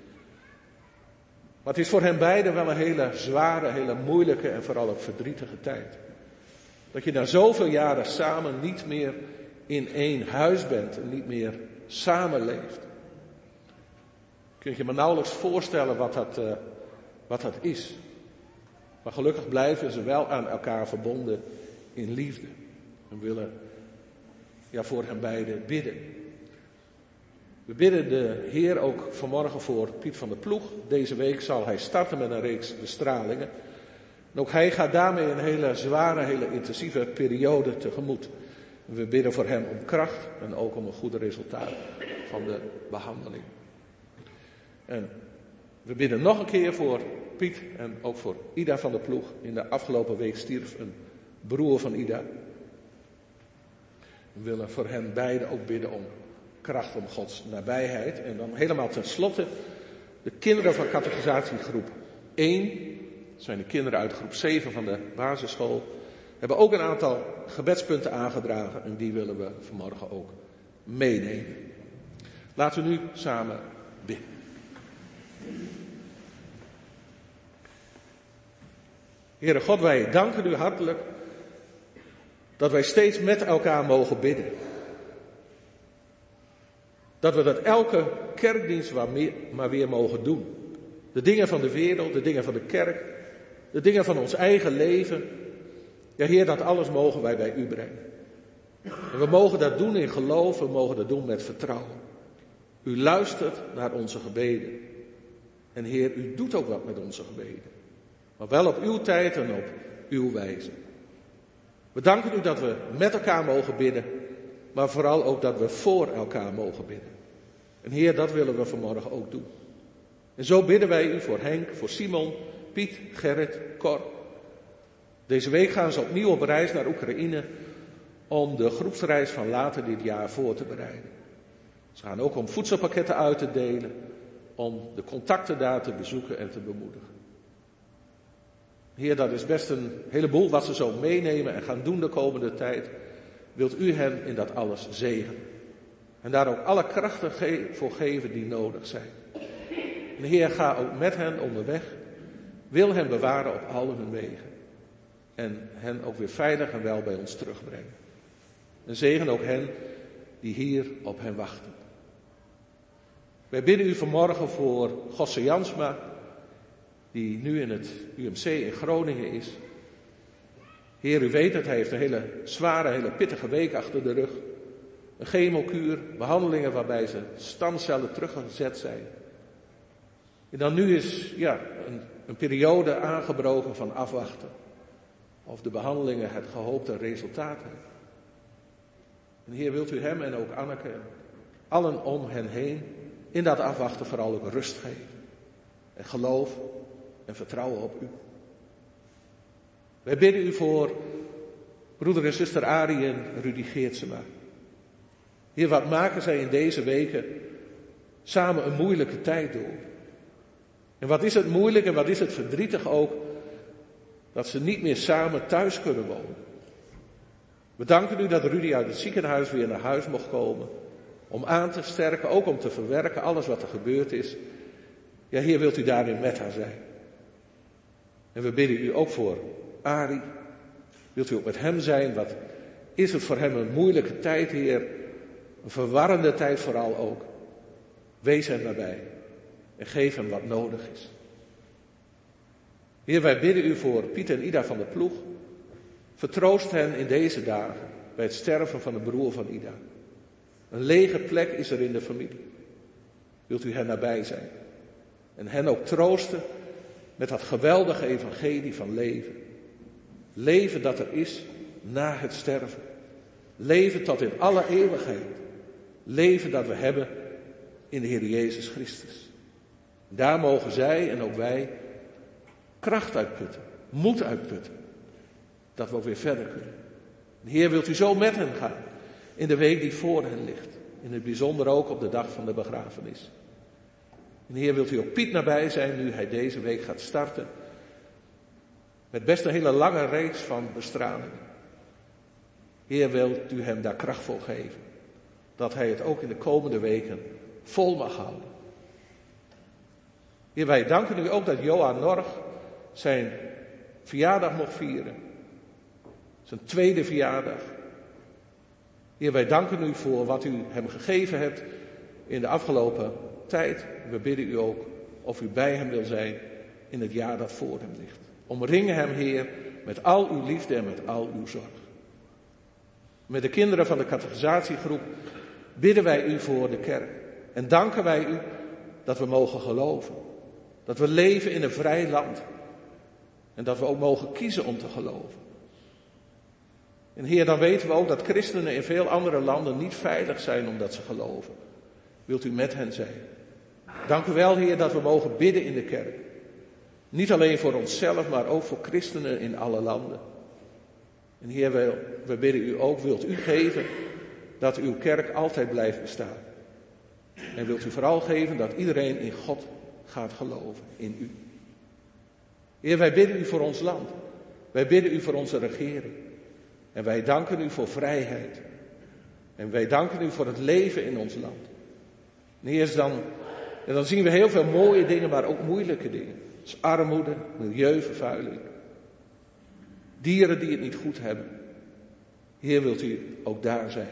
Maar het is voor hen beiden wel een hele zware, hele moeilijke en vooral ook verdrietige tijd. Dat je na zoveel jaren samen niet meer in één huis bent en niet meer samenleeft. Kun je je maar nauwelijks voorstellen wat dat, uh, wat dat is. Maar gelukkig blijven ze wel aan elkaar verbonden in liefde. En willen ja, voor hen beiden bidden. We bidden de Heer ook vanmorgen voor Piet van der Ploeg. Deze week zal hij starten met een reeks bestralingen. En ook hij gaat daarmee een hele zware, hele intensieve periode tegemoet. En we bidden voor hem om kracht en ook om een goed resultaat van de behandeling. En we bidden nog een keer voor Piet en ook voor Ida van der Ploeg. In de afgelopen week stierf een broer van Ida. We willen voor hen beiden ook bidden om kracht, om Gods nabijheid. En dan helemaal tenslotte de kinderen van categorisatiegroep één. Dat zijn de kinderen uit groep zeven van de basisschool. Hebben ook een aantal gebedspunten aangedragen en die willen we vanmorgen ook meenemen. Laten we nu samen bidden. Heere God, wij danken u hartelijk dat wij steeds met elkaar mogen bidden. Dat we dat elke kerkdienst maar weer mogen doen. De dingen van de wereld, de dingen van de kerk, de dingen van ons eigen leven. Ja, Heer, dat alles mogen wij bij u brengen. En we mogen dat doen in geloof, we mogen dat doen met vertrouwen. U luistert naar onze gebeden. En Heer, u doet ook wat met onze gebeden. Maar wel op uw tijd en op uw wijze. We danken u dat we met elkaar mogen bidden, maar vooral ook dat we voor elkaar mogen bidden. En Heer, dat willen we vanmorgen ook doen. En zo bidden wij u voor Henk, voor Simon, Piet, Gerrit, Cor. Deze week gaan ze opnieuw op reis naar Oekraïne om de groepsreis van later dit jaar voor te bereiden. Ze gaan ook om voedselpakketten uit te delen, om de contacten daar te bezoeken en te bemoedigen. Heer, dat is best een heleboel wat ze zo meenemen en gaan doen de komende tijd. Wilt u hen in dat alles zegenen. En daar ook alle krachten voor geven die nodig zijn. En Heer, ga ook met hen onderweg. Wil hen bewaren op al hun wegen. En hen ook weer veilig en wel bij ons terugbrengen. En zegen ook hen die hier op hen wachten. Wij bidden u vanmorgen voor Gosse Jansma. die nu in het U M C in Groningen is. Heer, u weet het, hij heeft een hele zware, hele pittige week achter de rug. Een chemokuur, behandelingen waarbij zijn stamcellen teruggezet zijn. En dan nu is ja, een, een periode aangebroken van afwachten. Of de behandelingen het gehoopte resultaat hebben. En Heer, wilt u hem en ook Anneke en allen om hen heen in dat afwachten vooral ook rust geven. En geloof en vertrouwen op u. Wij bidden u voor broeder en zuster Arie en Rudy Geertsema. Heer, wat maken zij in deze weken samen een moeilijke tijd door. En wat is het moeilijk en wat is het verdrietig ook dat ze niet meer samen thuis kunnen wonen. We danken u dat Rudy uit het ziekenhuis weer naar huis mocht komen. Om aan te sterken, ook om te verwerken alles wat er gebeurd is. Ja, Heer, wilt u daarin met haar zijn. En we bidden u ook voor Arie. Wilt u ook met hem zijn? Wat is het voor hem een moeilijke tijd, Heer? Een verwarrende tijd vooral ook. Wees hem nabij. En geef hem wat nodig is. Heer, wij bidden u voor Piet en Ida van de Ploeg. Vertroost hen in deze dagen bij het sterven van de broer van Ida. Een lege plek is er in de familie. Wilt u hen nabij zijn. En hen ook troosten met dat geweldige evangelie van leven. Leven dat er is na het sterven. Leven tot in alle eeuwigheid. Leven dat we hebben in de Heer Jezus Christus. Daar mogen zij en ook wij kracht uitputten, moed uitputten. Dat we ook weer verder kunnen. De Heer, wilt u zo met hen gaan in de week die voor hen ligt. In het bijzonder ook op de dag van de begrafenis. En Heer, wilt u ook Piet nabij zijn nu hij deze week gaat starten. Met best een hele lange reeks van bestralingen. Heer, wilt u hem daar kracht voor geven. Dat hij het ook in de komende weken vol mag houden. Heer, wij danken u ook dat Johan Norg zijn verjaardag mocht vieren. Zijn tweede verjaardag. Heer, wij danken u voor wat u hem gegeven hebt in de afgelopen tijd. We bidden u ook of u bij hem wil zijn in het jaar dat voor hem ligt. Omring hem, Heer, met al uw liefde en met al uw zorg. Met de kinderen van de categorisatiegroep bidden wij u voor de kerk. En danken wij u dat we mogen geloven. Dat we leven in een vrij land. En dat we ook mogen kiezen om te geloven. En Heer, dan weten we ook dat christenen in veel andere landen niet veilig zijn omdat ze geloven. Wilt u met hen zijn? Dank u wel, Heer, dat we mogen bidden in de kerk. Niet alleen voor onszelf, maar ook voor christenen in alle landen. En Heer, we, we bidden u ook, wilt u geven dat uw kerk altijd blijft bestaan. En wilt u vooral geven dat iedereen in God gaat geloven, in u. Heer, wij bidden u voor ons land. Wij bidden u voor onze regering. En wij danken u voor vrijheid. En wij danken u voor het leven in ons land. En Heer, dan, en dan zien we heel veel mooie dingen, maar ook moeilijke dingen. Dus armoede, milieuvervuiling. Dieren die het niet goed hebben. Heer, wilt u ook daar zijn.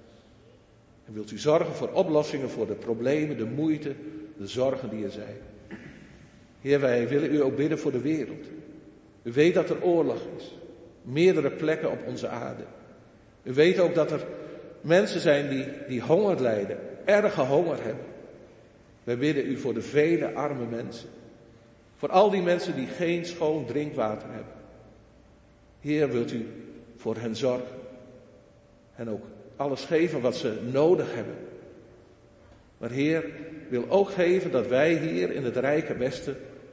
En wilt u zorgen voor oplossingen voor de problemen, de moeite, de zorgen die er zijn. Heer, wij willen u ook bidden voor de wereld. U weet dat er oorlog is. Meerdere plekken op onze aarde. U weet ook dat er mensen zijn die, die honger lijden. Erge honger hebben. Wij bidden u voor de vele arme mensen. Voor al die mensen die geen schoon drinkwater hebben. Heer, wilt u voor hen zorgen. En ook alles geven wat ze nodig hebben. Maar Heer, wil ook geven dat wij hier in het rijke Westen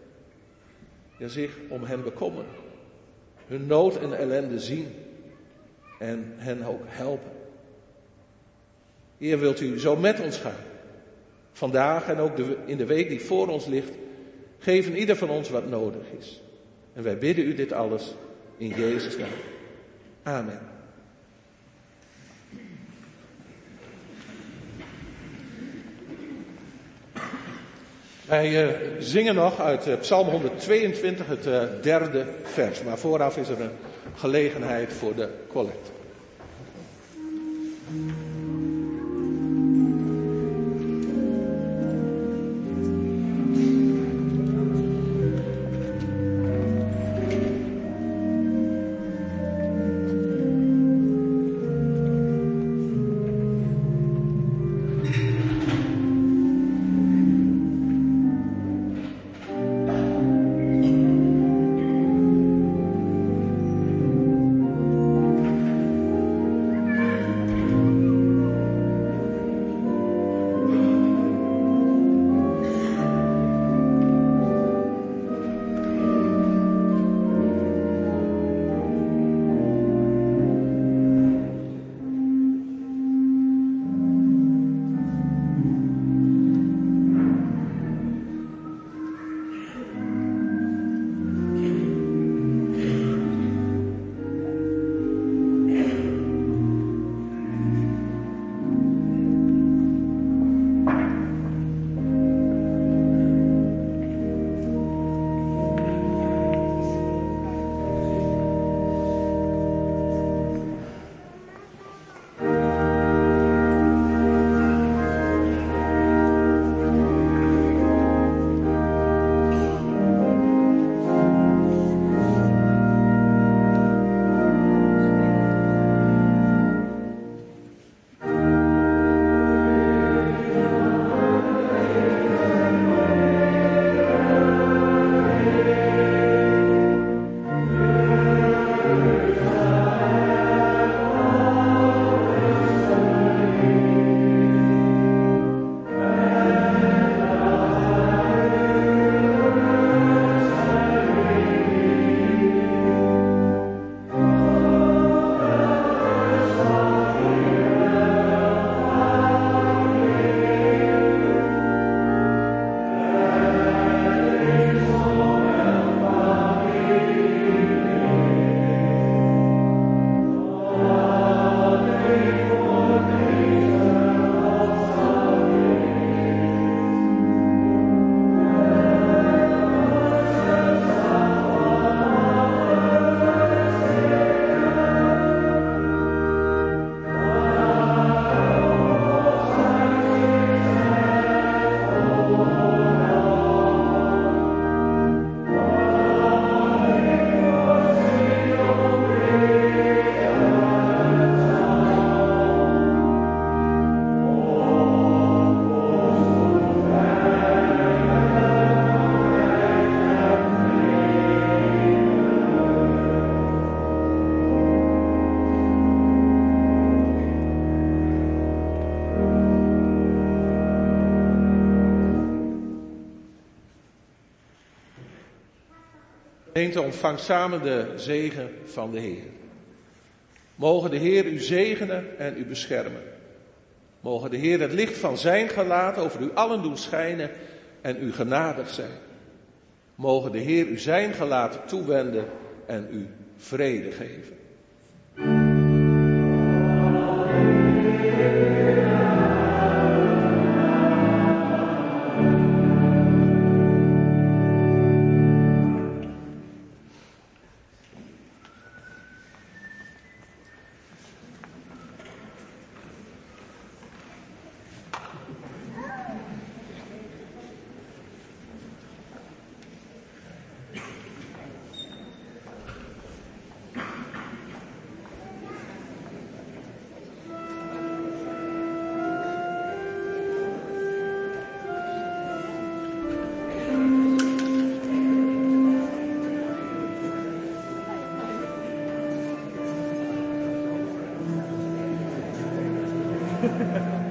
ja, zich om hen bekommeren. Hun nood en ellende zien. En hen ook helpen. Heer, wilt u zo met ons gaan. Vandaag en ook de, in de week die voor ons ligt. Geven ieder van ons wat nodig is. En wij bidden u dit alles in Jezus' naam. Amen. Wij uh, zingen nog uit uh, Psalm honderdtweeëntwintig, het uh, derde vers. Maar vooraf is er een gelegenheid voor de collecte. Gemeente, ontvang samen de zegen van de Heer. Mogen de Heer u zegenen en u beschermen. Mogen de Heer het licht van zijn gelaat over u allen doen schijnen en u genadig zijn. Mogen de Heer u zijn gelaat toewenden en u vrede geven. Ha ha ha.